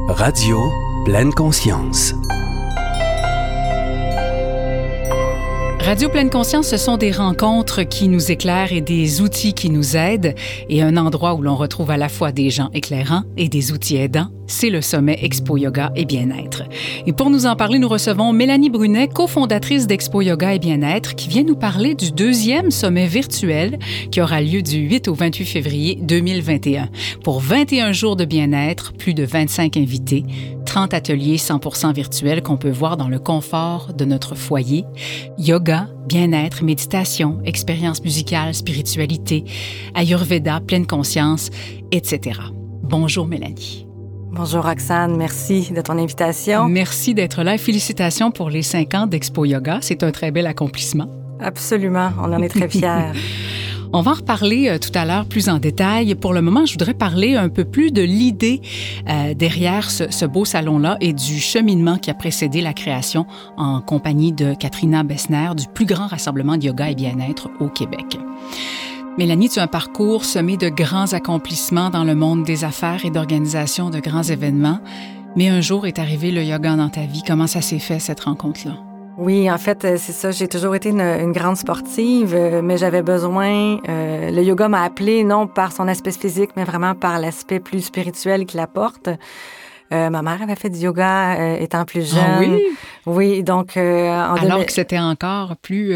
Radio Pleine Conscience. Radio Pleine Conscience, ce sont des rencontres qui nous éclairent et des outils qui nous aident. Et un endroit où l'on retrouve à la fois des gens éclairants et des outils aidants, c'est le sommet Expo Yoga et Bien-être. Et pour nous en parler, nous recevons Mélanie Brunet, cofondatrice d'Expo Yoga et Bien-être, qui vient nous parler du deuxième sommet virtuel qui aura lieu du 8 au 28 février 2021. Pour 21 jours de bien-être, plus de 25 invités, 30 ateliers 100% virtuels qu'on peut voir dans le confort de notre foyer, yoga, bien-être, méditation, expérience musicale, spiritualité, Ayurveda, pleine conscience, etc. Bonjour Mélanie. Bonjour Roxane, merci de ton invitation. Merci d'être là. Félicitations pour les 5 ans d'Expo Yoga. C'est un très bel accomplissement. Absolument, on en est très fiers. On va en reparler tout à l'heure plus en détail. Pour le moment, je voudrais parler un peu plus de l'idée derrière ce beau salon-là et du cheminement qui a précédé la création en compagnie de Katrina Bessner du plus grand rassemblement de yoga et bien-être au Québec. Mélanie, tu as un parcours semé de grands accomplissements dans le monde des affaires et d'organisation de grands événements. Mais un jour est arrivé le yoga dans ta vie. Comment ça s'est fait, cette rencontre-là? Oui, en fait, c'est ça. J'ai toujours été une grande sportive, mais j'avais besoin... le yoga m'a appelée, non par son aspect physique, mais vraiment par l'aspect plus spirituel qu'il apporte. Ma mère avait fait du yoga étant plus jeune. Ah oui? Oui, donc... Alors que c'était encore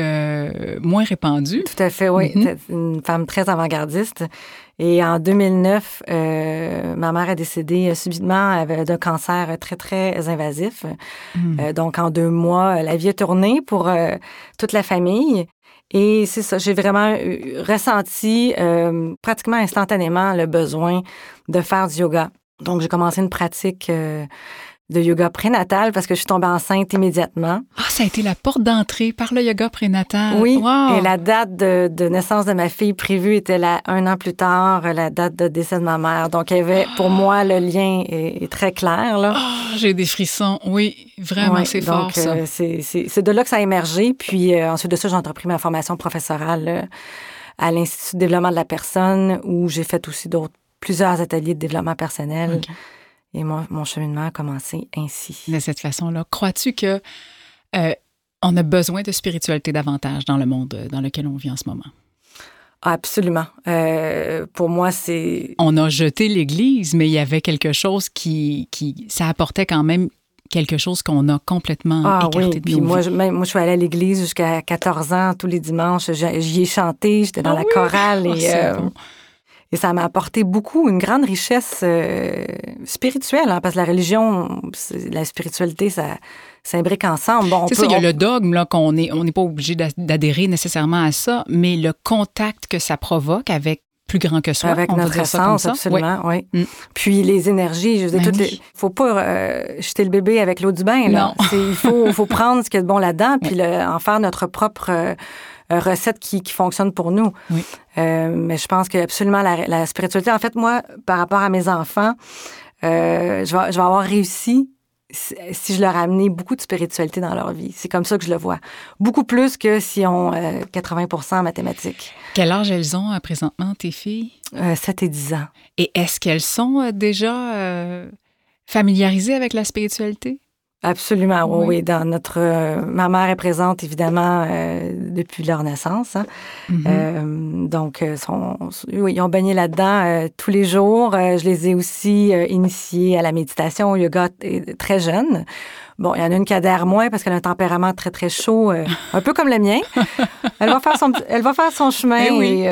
moins répandu. Tout à fait, oui. Mm-hmm. Une femme très avant-gardiste. Et en 2009, ma mère a décédé subitement d'un cancer très, très invasif. Donc, en 2 mois, la vie a tourné pour toute la famille. Et c'est ça, j'ai vraiment ressenti pratiquement instantanément le besoin de faire du yoga. Donc, j'ai commencé une pratique de yoga prénatal parce que je suis tombée enceinte immédiatement. Ah, ça a été la porte d'entrée par le yoga prénatal. Oui, wow. Et la date de naissance de ma fille prévue était 1 an plus tard, la date de décès de ma mère. Donc, il y avait, pour moi, le lien est très clair, là. Oh, j'ai des frissons. Oui, vraiment, oui, c'est fort, ça. C'est de là que ça a émergé. Puis, ensuite de ça, j'ai entrepris ma formation professorale à l'Institut de développement de la personne où j'ai fait aussi plusieurs ateliers de développement personnel. Okay. Et mon cheminement a commencé ainsi. De cette façon-là, crois-tu que on a besoin de spiritualité davantage dans le monde dans lequel on vit en ce moment? Absolument. Pour moi, c'est... On a jeté l'Église, mais il y avait quelque chose ça apportait quand même quelque chose qu'on a complètement écarté de nos vies. Moi, je suis allée à l'église jusqu'à 14 ans, tous les dimanches. J'y ai chanté, j'étais dans la chorale. Et ça m'a apporté beaucoup, une grande richesse spirituelle, hein, parce que la religion, la spiritualité, ça s'imbrique ensemble. Bon, il y a le dogme, là, on n'est pas obligé d'adhérer nécessairement à ça, mais le contact que ça provoque avec plus grand que soi. Avec notre essence, absolument, oui. Puis les énergies, je veux dire, faut pas jeter le bébé avec l'eau du bain, là. Non. Il faut prendre ce qu'il y a de bon là-dedans, puis en faire notre propre... recette qui fonctionne pour nous. Oui. Mais je pense que absolument la spiritualité, en fait, moi, par rapport à mes enfants, je vais avoir réussi si je leur ai amené beaucoup de spiritualité dans leur vie. C'est comme ça que je le vois. Beaucoup plus que si on 80% en mathématiques. Quel âge elles ont présentement, tes filles? 7 et 10 ans. Et est-ce qu'elles sont déjà familiarisées avec la spiritualité? Absolument, oui. Dans ma mère est présente, évidemment, depuis leur naissance. Hein. Mm-hmm. Donc, ils ont baigné là-dedans tous les jours. Je les ai aussi initiés à la méditation, au yoga très jeunes. Bon, il y en a une qui adhère moins parce qu'elle a un tempérament très, très chaud, un peu comme le mien. Elle va faire son chemin. Oui.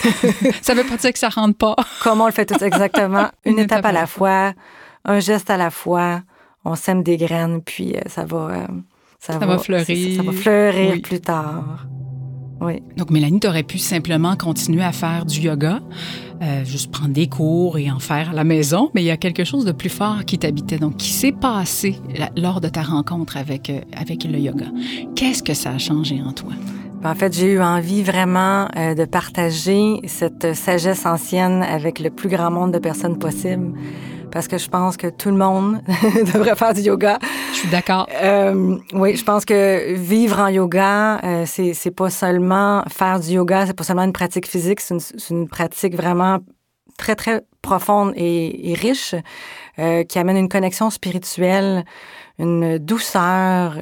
Ça veut pas dire que ça rentre pas. Comme on le fait tout exactement. Une étape à la fois, un geste à la fois. On sème des graines, puis ça va fleurir. Ça va fleurir plus tard. Oui. Donc, Mélanie, tu aurais pu simplement continuer à faire du yoga, juste prendre des cours et en faire à la maison, mais il y a quelque chose de plus fort qui t'habitait, donc qui s'est passé lors de ta rencontre avec le yoga. Qu'est-ce que ça a changé en toi? En fait, j'ai eu envie vraiment de partager cette sagesse ancienne avec le plus grand nombre de personnes possible. Parce que je pense que tout le monde devrait faire du yoga. Je suis d'accord. Oui, je pense que vivre en yoga, c'est pas seulement faire du yoga, c'est pas seulement une pratique physique, c'est une pratique vraiment très, très profonde et riche, qui amène une connexion spirituelle, une douceur,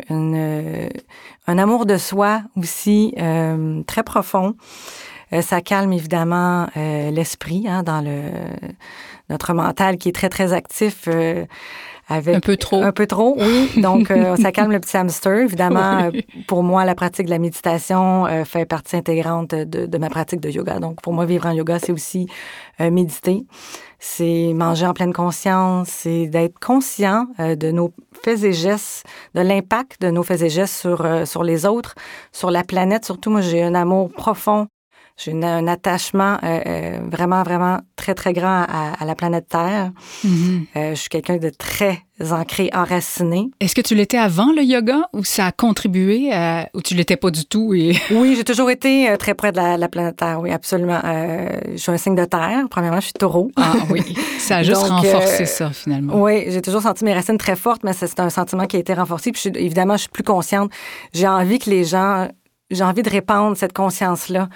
un amour de soi aussi très profond. Ça calme évidemment l'esprit dans notre mental qui est très, très actif. Avec un peu trop. Un peu trop, oui. Donc, ça calme le petit hamster. Évidemment, oui. Pour moi, la pratique de la méditation fait partie intégrante de ma pratique de yoga. Donc, pour moi, vivre en yoga, c'est aussi méditer. C'est manger en pleine conscience. C'est d'être conscient de nos faits et gestes, de l'impact de nos faits et gestes sur les autres, sur la planète. Surtout, moi, j'ai un amour profond. J'ai un attachement vraiment, vraiment très, très grand à la planète Terre. Mm-hmm. Je suis quelqu'un de très ancré, enraciné. Est-ce que tu l'étais avant le yoga ou ça a contribué ou tu l'étais pas du tout? Oui, j'ai toujours été très près de la planète Terre, oui, absolument. Je suis un signe de terre. Premièrement, je suis taureau. Ah oui, ça a juste renforcé ça, finalement. Oui, j'ai toujours senti mes racines très fortes, mais c'est un sentiment qui a été renforcé. Puis évidemment, je suis plus consciente. J'ai envie que les gens... J'ai envie de répandre cette conscience-là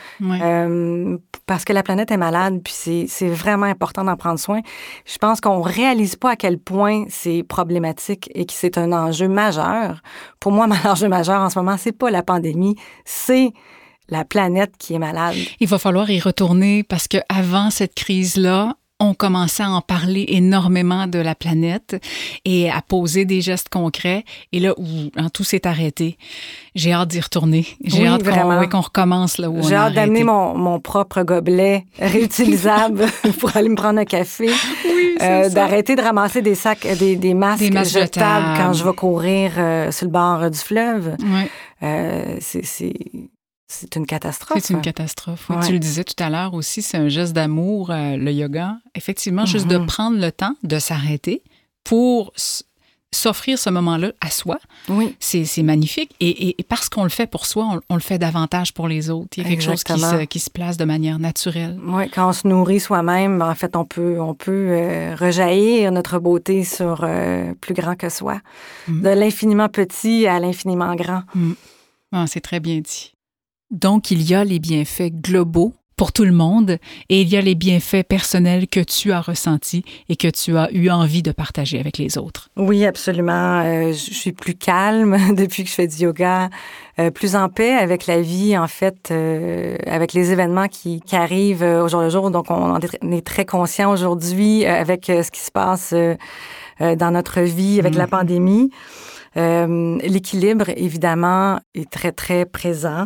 parce que la planète est malade, puis c'est vraiment important d'en prendre soin. Je pense qu'on réalise pas à quel point c'est problématique et que c'est un enjeu majeur. Pour moi, l'enjeu majeur en ce moment, c'est pas la pandémie, c'est la planète qui est malade. Il va falloir y retourner parce qu'avant cette crise-là, on commençait à en parler énormément de la planète et à poser des gestes concrets. Et là, tout s'est arrêté. J'ai hâte d'y retourner. J'ai hâte qu'on recommence là où on a arrêté. J'ai hâte d'amener mon propre gobelet réutilisable pour aller me prendre un café. Oui, d'arrêter de ramasser des sacs, des masques jetables quand je vais courir sur le bord du fleuve. Oui. C'est une catastrophe. C'est une catastrophe. Oui. Tu le disais tout à l'heure aussi, c'est un geste d'amour, le yoga. Effectivement, juste de prendre le temps de s'arrêter pour s'offrir ce moment-là à soi. Oui. C'est magnifique. Et parce qu'on le fait pour soi, on le fait davantage pour les autres. Il y a quelque chose qui se place de manière naturelle. Oui, quand on se nourrit soi-même, en fait, on peut rejaillir notre beauté sur plus grand que soi. De l'infiniment petit à l'infiniment grand. Ah, c'est très bien dit. Donc, il y a les bienfaits globaux pour tout le monde et il y a les bienfaits personnels que tu as ressentis et que tu as eu envie de partager avec les autres. Oui, absolument. Je suis plus calme depuis que je fais du yoga, plus en paix avec la vie, en fait, avec les événements qui arrivent au jour le jour. Donc, on est très conscient aujourd'hui avec ce qui se passe dans notre vie, avec la pandémie. L'équilibre, évidemment, est très, très présent.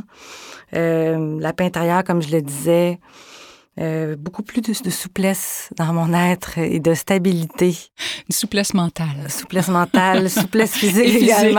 La paix intérieure, comme je le disais, beaucoup plus de souplesse dans mon être et de stabilité. Une souplesse mentale. Souplesse mentale, souplesse physique également.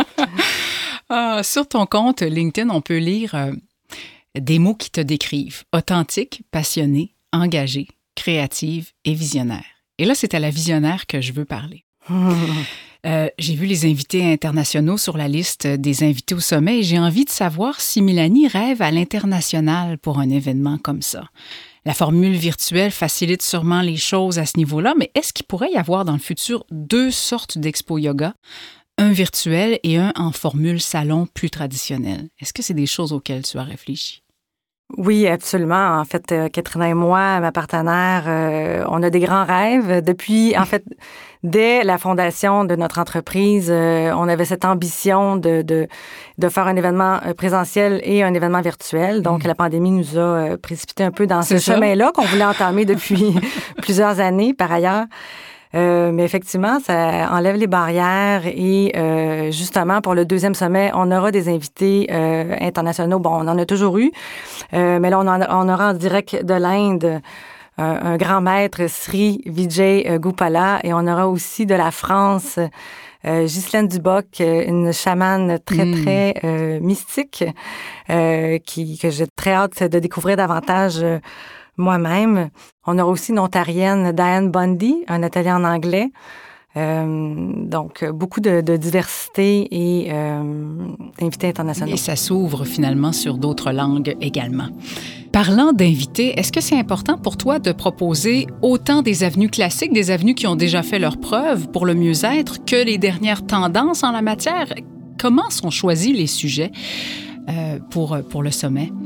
Sur ton compte LinkedIn, on peut lire des mots qui te décrivent. Authentique, passionné, engagé, créative et visionnaire. Et là, c'est à la visionnaire que je veux parler. J'ai vu les invités internationaux sur la liste des invités au sommet et j'ai envie de savoir si Mélanie rêve à l'international pour un événement comme ça. La formule virtuelle facilite sûrement les choses à ce niveau-là, mais est-ce qu'il pourrait y avoir dans le futur 2 sortes d'expo yoga, un virtuel et un en formule salon plus traditionnelle? Est-ce que c'est des choses auxquelles tu as réfléchi? Oui, absolument. En fait, Catherine et moi, ma partenaire, on a des grands rêves. Depuis, en fait, dès la fondation de notre entreprise, on avait cette ambition de faire un événement présentiel et un événement virtuel. Donc, la pandémie nous a précipité un peu dans ce chemin-là qu'on voulait entamer depuis plusieurs années, par ailleurs. Mais effectivement, ça enlève les barrières et justement, pour le 2e sommet, on aura des invités internationaux. Bon, on en a toujours eu, mais là, on aura en direct de l'Inde un grand maître, Sri Vijay Gopala, et on aura aussi de la France, Ghislaine Duboc, une chamane très, très mystique que j'ai très hâte de découvrir davantage moi-même. On aura aussi une Ontarienne, Diane Bundy, un atelier en anglais. Donc, beaucoup de diversité et d'invités internationaux. Et ça s'ouvre finalement sur d'autres langues également. Parlant d'invités, est-ce que c'est important pour toi de proposer autant des avenues classiques, des avenues qui ont déjà fait leurs preuves pour le mieux-être, que les dernières tendances en la matière? Comment sont choisis les sujets pour le sommet?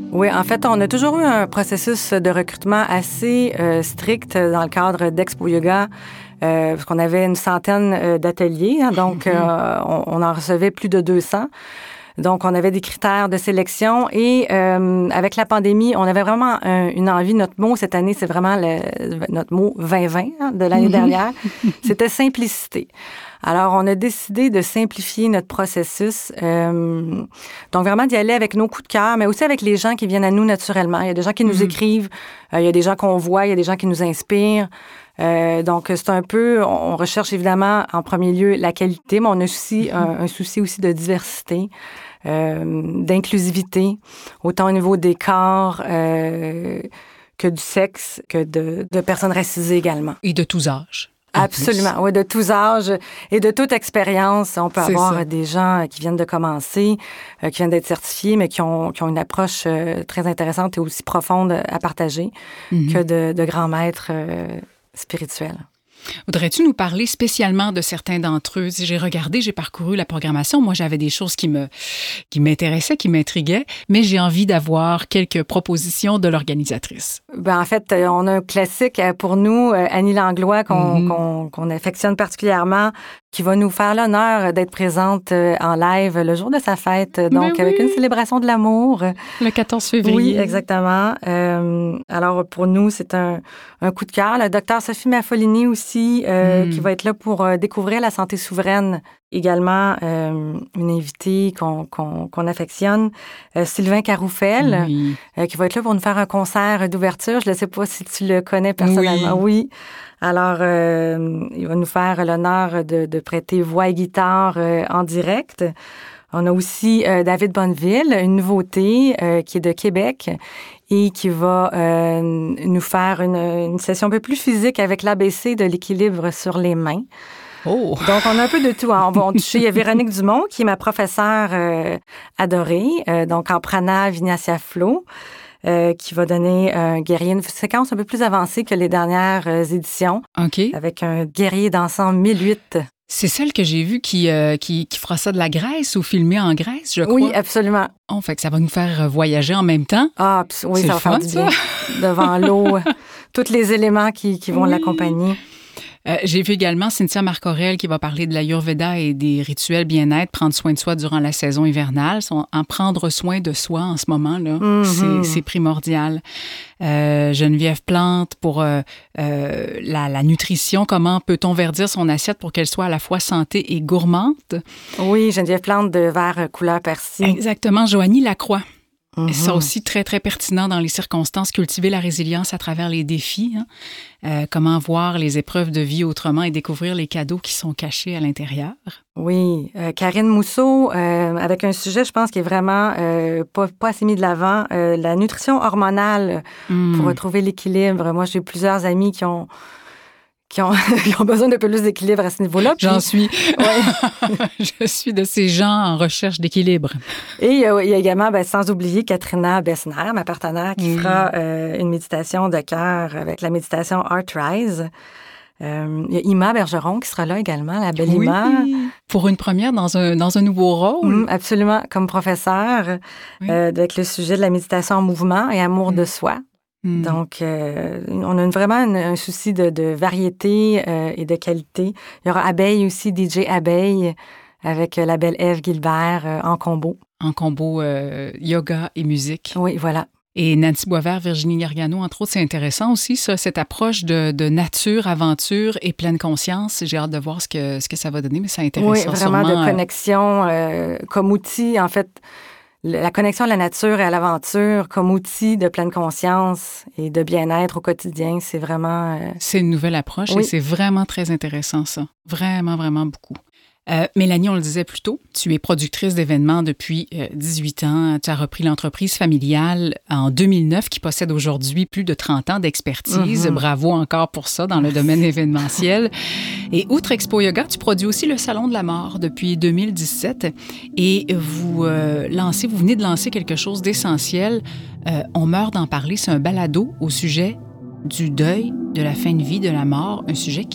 Oui, en fait, on a toujours eu un processus de recrutement assez strict dans le cadre d'Expo Yoga, parce qu'on avait une centaine d'ateliers, hein, donc on en recevait plus de 200. Donc, on avait des critères de sélection et avec la pandémie, on avait vraiment une envie. Notre mot cette année, c'est vraiment notre mot 2020 hein, de l'année dernière. C'était simplicité. Alors, on a décidé de simplifier notre processus. Donc, vraiment d'y aller avec nos coups de cœur, mais aussi avec les gens qui viennent à nous naturellement. Il y a des gens qui nous écrivent, il y a des gens qu'on voit, il y a des gens qui nous inspirent. Donc, c'est un peu, on recherche évidemment en premier lieu la qualité, mais on a aussi un souci aussi de diversité, d'inclusivité, autant au niveau des corps que du sexe, que de personnes racisées également. Et de tous âges. Absolument, oui, de tous âges et de toute expérience. On peut avoir des gens qui viennent de commencer, qui viennent d'être certifiés, mais qui ont une approche très intéressante et aussi profonde à partager que de grands maîtres spirituels. Voudrais-tu nous parler spécialement de certains d'entre eux? J'ai regardé, j'ai parcouru la programmation. Moi, j'avais des choses qui m'intéressaient, qui m'intriguaient, mais j'ai envie d'avoir quelques propositions de l'organisatrice. Ben, en fait, on a un classique pour nous, Annie Langlois, qu'on affectionne particulièrement, qui va nous faire l'honneur d'être présente en live le jour de sa fête, donc avec une célébration de l'amour. Le 14 février. Oui, exactement. Alors, pour nous, c'est un coup de cœur. Le docteur Sophie Maffolini aussi, qui va être là pour découvrir la santé souveraine. Également, une invitée qu'on affectionne, Sylvain Caroufel, qui va être là pour nous faire un concert d'ouverture. Je ne sais pas si tu le connais personnellement. Oui. Alors, il va nous faire l'honneur de prêter voix et guitare en direct. On a aussi David Bonneville, une nouveauté qui est de Québec et qui va nous faire une session un peu plus physique avec l'ABC de l'équilibre sur les mains. Oh. Donc, on a un peu de tout. On va toucher. Il y a Véronique Dumont, qui est ma professeure adorée, donc en prana Vinyasa Flow, qui va donner un guerrier, une séquence un peu plus avancée que les dernières éditions. OK. Avec un guerrier dansant 1008. C'est celle que j'ai vue qui fera ça de la Grèce ou filmée en Grèce, je crois. Oui, absolument. Oh, fait que ça va nous faire voyager en même temps. Ah, oui, c'est ça va faire du bien. Devant l'eau, tous les éléments qui vont l'accompagner. J'ai vu également Cynthia Marcorel qui va parler de l'Ayurveda et des rituels bien-être, prendre soin de soi durant la saison hivernale. En prendre soin de soi en ce moment, là, c'est primordial. Geneviève Plante pour la nutrition. Comment peut-on verdir son assiette pour qu'elle soit à la fois santé et gourmande? Oui, Geneviève Plante de vert couleur persil. Exactement. Joanie Lacroix. Ça aussi, très, très pertinent dans les circonstances, cultiver la résilience à travers les défis. Hein? Comment voir les épreuves de vie autrement et découvrir les cadeaux qui sont cachés à l'intérieur. Oui. Karine Mousseau, avec un sujet, je pense, qui est vraiment pas assez mis de l'avant, la nutrition hormonale pour retrouver l'équilibre. Moi, j'ai plusieurs amis qui ont besoin d'un peu plus d'équilibre à ce niveau-là. J'en suis. Je suis de ces gens en recherche d'équilibre. Et il y a également, sans oublier, Katrina Bessner, ma partenaire, qui fera une méditation de cœur avec la méditation Heart Rise. Il y a Ima Bergeron qui sera là également, la belle Ima. Pour une première dans un nouveau rôle. Absolument, comme professeure, avec le sujet de la méditation en mouvement et amour de soi. Donc, on a vraiment un souci de variété et de qualité. Il y aura Abeille aussi, DJ Abeille, avec la belle Ève Gilbert en combo. En combo yoga et musique. Oui, voilà. Et Nancy Boisvert, Virginie Gargano, entre autres, c'est intéressant aussi, ça, cette approche de nature, aventure et pleine conscience. J'ai hâte de voir ce que ça va donner, mais c'est intéressant. Oui, vraiment de connexion comme outil, en fait. La connexion à la nature et à l'aventure comme outil de pleine conscience et de bien-être au quotidien, c'est vraiment... C'est une nouvelle approche et c'est vraiment très intéressant, ça. Vraiment, vraiment beaucoup. Mélanie, on le disait plus tôt, tu es productrice d'événements depuis 18 ans. Tu as repris l'entreprise familiale en 2009 qui possède aujourd'hui plus de 30 ans d'expertise. Bravo encore pour ça dans le domaine événementiel. Et outre Expo Yoga, tu produis aussi le Salon de la Mort depuis 2017 et vous venez de lancer quelque chose d'essentiel. On meurt d'en parler. C'est un balado au sujet du deuil, de la fin de vie, de la mort, un sujet qui nous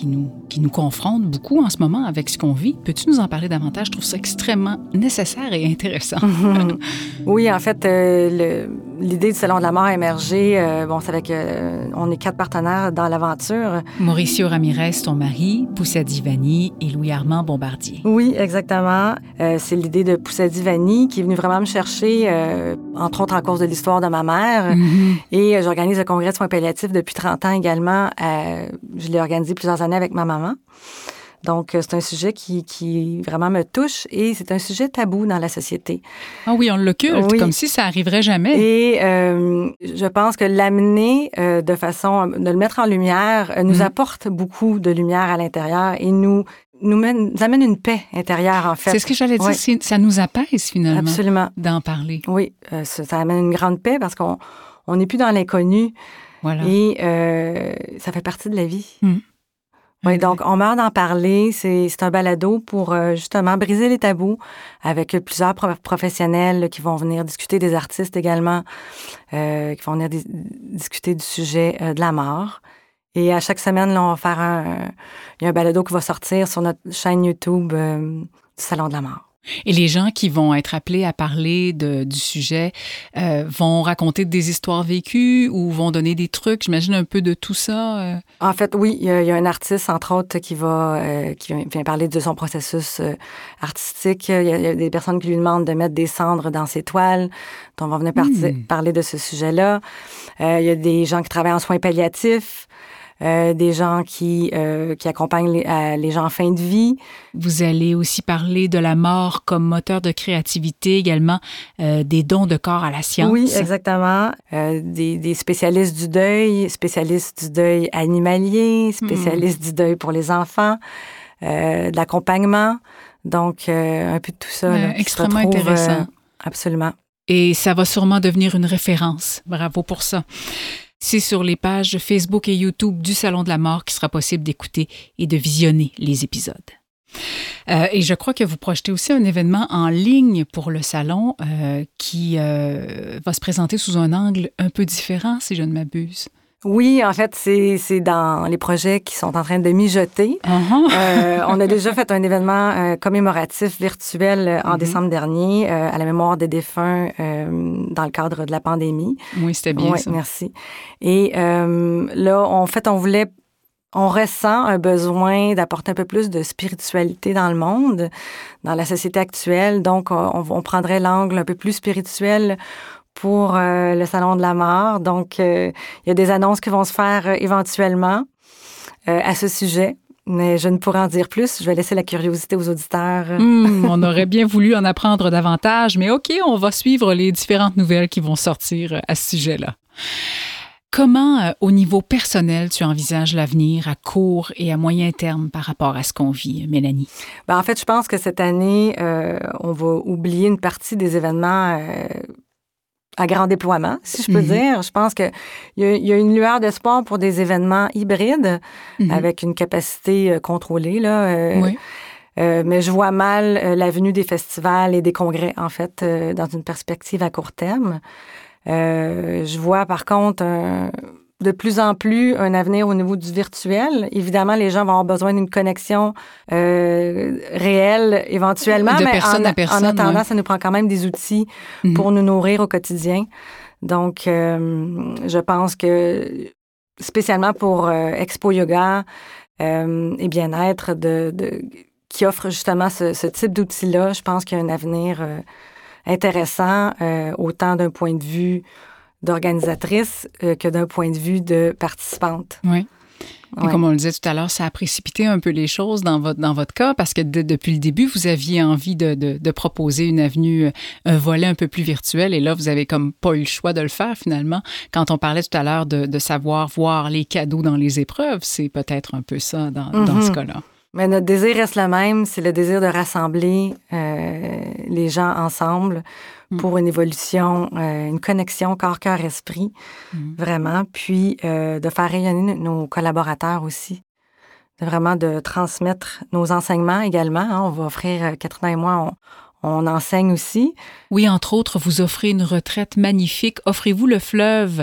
qui nous confronte beaucoup en ce moment avec ce qu'on vit. Peux-tu nous en parler davantage? Je trouve ça extrêmement nécessaire et intéressant. Oui, en fait, l'idée du Salon de la mort a émergé. C'est avec... on est 4 partenaires dans l'aventure. Mauricio Ramirez, ton mari, Poussadi Vani et Louis-Armand Bombardier. Oui, exactement. C'est l'idée de Poussadi Vani qui est venue vraiment me chercher, entre autres en cause de l'histoire de ma mère. Mm-hmm. Et j'organise le congrès de soins palliatifs depuis 30 ans également. Je l'ai organisé plusieurs années avec ma maman. Donc, c'est un sujet qui vraiment me touche et c'est un sujet tabou dans la société. Ah oui, on l'occulte, comme si ça arriverait jamais. Et je pense que l'amener de façon, de le mettre en lumière, nous apporte beaucoup de lumière à l'intérieur et nous amène une paix intérieure, en fait. C'est ce que j'allais dire, ça nous apaise finalement. Absolument. D'en parler. Oui, ça amène une grande paix parce qu'on n'est plus dans l'inconnu. Voilà. Et ça fait partie de la vie. Oui, donc on meurt d'en parler. C'est un balado pour justement briser les tabous avec plusieurs professionnels qui vont venir discuter, des artistes également, qui vont venir discuter du sujet de la mort. Et à chaque semaine, là, on va faire il y a un balado qui va sortir sur notre chaîne YouTube du Salon de la mort. Et les gens qui vont être appelés à parler du sujet vont raconter des histoires vécues ou vont donner des trucs, j'imagine un peu de tout ça? En fait, oui, il y a un artiste, entre autres, qui vient parler de son processus artistique. Il y a des personnes qui lui demandent de mettre des cendres dans ses toiles. Donc, on va venir parler de ce sujet-là. Il y a des gens qui travaillent en soins palliatifs. Des gens qui accompagnent les gens en fin de vie. Vous allez aussi parler de la mort comme moteur de créativité, également des dons de corps à la science. Oui, exactement. Des spécialistes du deuil animalier, spécialistes du deuil pour les enfants, de l'accompagnement. Donc, un peu de tout ça. Là, extrêmement intéressant. Absolument. Et ça va sûrement devenir une référence. Bravo pour ça. C'est sur les pages Facebook et YouTube du Salon de la mort qu'il sera possible d'écouter et de visionner les épisodes. Et je crois que vous projetez aussi un événement en ligne pour le salon qui va se présenter sous un angle un peu différent, si je ne m'abuse. Oui, en fait, c'est dans les projets qui sont en train de mijoter. Uh-huh. On a déjà fait un événement commémoratif virtuel en décembre dernier à la mémoire des défunts dans le cadre de la pandémie. Oui, c'était bien ça. Oui, merci. Et là, on ressent un besoin d'apporter un peu plus de spiritualité dans le monde, dans la société actuelle. Donc, on prendrait l'angle un peu plus spirituel pour le Salon de la mort. Donc, il y a des annonces qui vont se faire éventuellement à ce sujet. Mais je ne pourrais en dire plus. Je vais laisser la curiosité aux auditeurs. On aurait bien voulu en apprendre davantage, mais OK, on va suivre les différentes nouvelles qui vont sortir à ce sujet-là. Comment, au niveau personnel, tu envisages l'avenir à court et à moyen terme par rapport à ce qu'on vit, Mélanie? En fait, je pense que cette année, on va oublier une partie des événements à grand déploiement, si je peux dire. Je pense qu'il y a une lueur d'espoir pour des événements hybrides avec une capacité contrôlée, là. Oui. Mais je vois mal la venue des festivals et des congrès, en fait, dans une perspective à court terme. Je vois, par contre, de plus en plus un avenir au niveau du virtuel. Évidemment, les gens vont avoir besoin d'une connexion réelle éventuellement, de mais personne à personne, en attendant, ça nous prend quand même des outils pour nous nourrir au quotidien. Donc, je pense que spécialement pour Expo Yoga et bien-être qui offre justement ce type d'outils-là, je pense qu'il y a un avenir intéressant, autant d'un point de vue d'organisatrice que d'un point de vue de participante. Oui. Et Ouais. comme on le disait tout à l'heure, ça a précipité un peu les choses dans votre cas parce que depuis le début, vous aviez envie de proposer une avenue, un volet un peu plus virtuel et là, vous avez comme pas eu le choix de le faire finalement. Quand on parlait tout à l'heure de savoir voir les cadeaux dans les épreuves, c'est peut-être un peu ça dans ce cas-là. Mais notre désir reste le même, c'est le désir de rassembler les gens ensemble pour une évolution, une connexion corps, cœur, esprit, vraiment. Puis de faire rayonner nos collaborateurs aussi. Vraiment de transmettre nos enseignements également. Hein. On va offrir, Catherine et moi, on enseigne aussi. Oui, entre autres, vous offrez une retraite magnifique. Offrez-vous le fleuve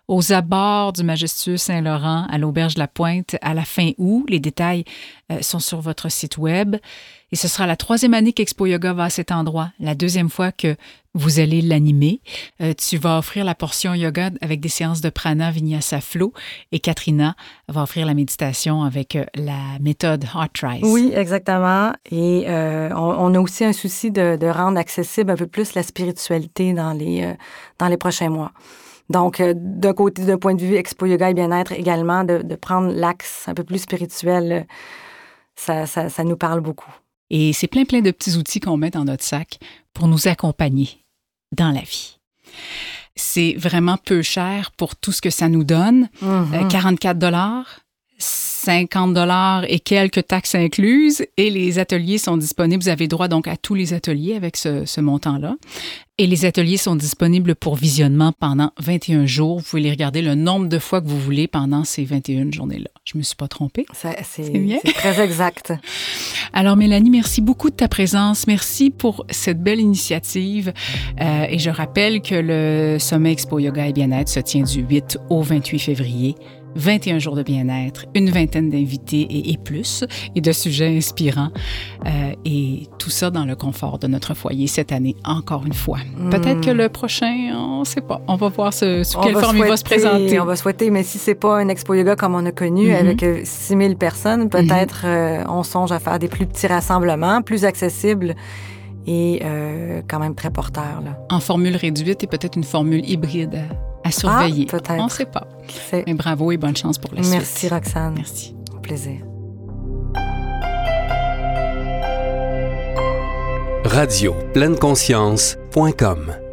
aux abords du majestueux Saint-Laurent, à l'Auberge de la Pointe, à la fin août. Les détails sont sur votre site web. Et ce sera la 3e année qu'Expo Yoga va à cet endroit, la 2e fois que vous allez l'animer. Tu vas offrir la portion yoga avec des séances de prana, vinyasa, flow. Et Katrina va offrir la méditation avec la méthode Heart Rise. Oui, exactement. Et on a aussi un souci de rendre accessible un peu plus la spiritualité dans les prochains mois. Donc, d'un point de vue Expo Yoga et bien-être également, de prendre l'axe un peu plus spirituel, ça nous parle beaucoup. Et c'est plein de petits outils qu'on met dans notre sac pour nous accompagner dans la vie. C'est vraiment peu cher pour tout ce que ça nous donne. 44 $, 50 $ et quelques taxes incluses. Et les ateliers sont disponibles. Vous avez droit donc à tous les ateliers avec ce montant-là. Et les ateliers sont disponibles pour visionnement pendant 21 jours. Vous pouvez les regarder le nombre de fois que vous voulez pendant ces 21 journées-là. Je me suis pas trompée. C'est très exact. Alors, Mélanie, merci beaucoup de ta présence. Merci pour cette belle initiative. Et je rappelle que le Sommet Expo Yoga et Bien-être se tient du 8 au 28 février. 21 jours de bien-être, une vingtaine d'invités et plus, et de sujets inspirants. Et tout ça dans le confort de notre foyer cette année, encore une fois. Peut-être que le prochain, on ne sait pas. On va voir sous quelle forme il va se présenter. On va souhaiter, mais si ce n'est pas un Expo Yoga comme on a connu, avec 6000 personnes, peut-être on songe à faire des plus petits rassemblements, plus accessibles et quand même très porteurs. Là. En formule réduite et peut-être une formule hybride à surveiller. Peut-être. On ne sait pas. Mais bravo et bonne chance pour la suite. Merci, Roxane. Merci. Au plaisir. Radio pleineConscience.com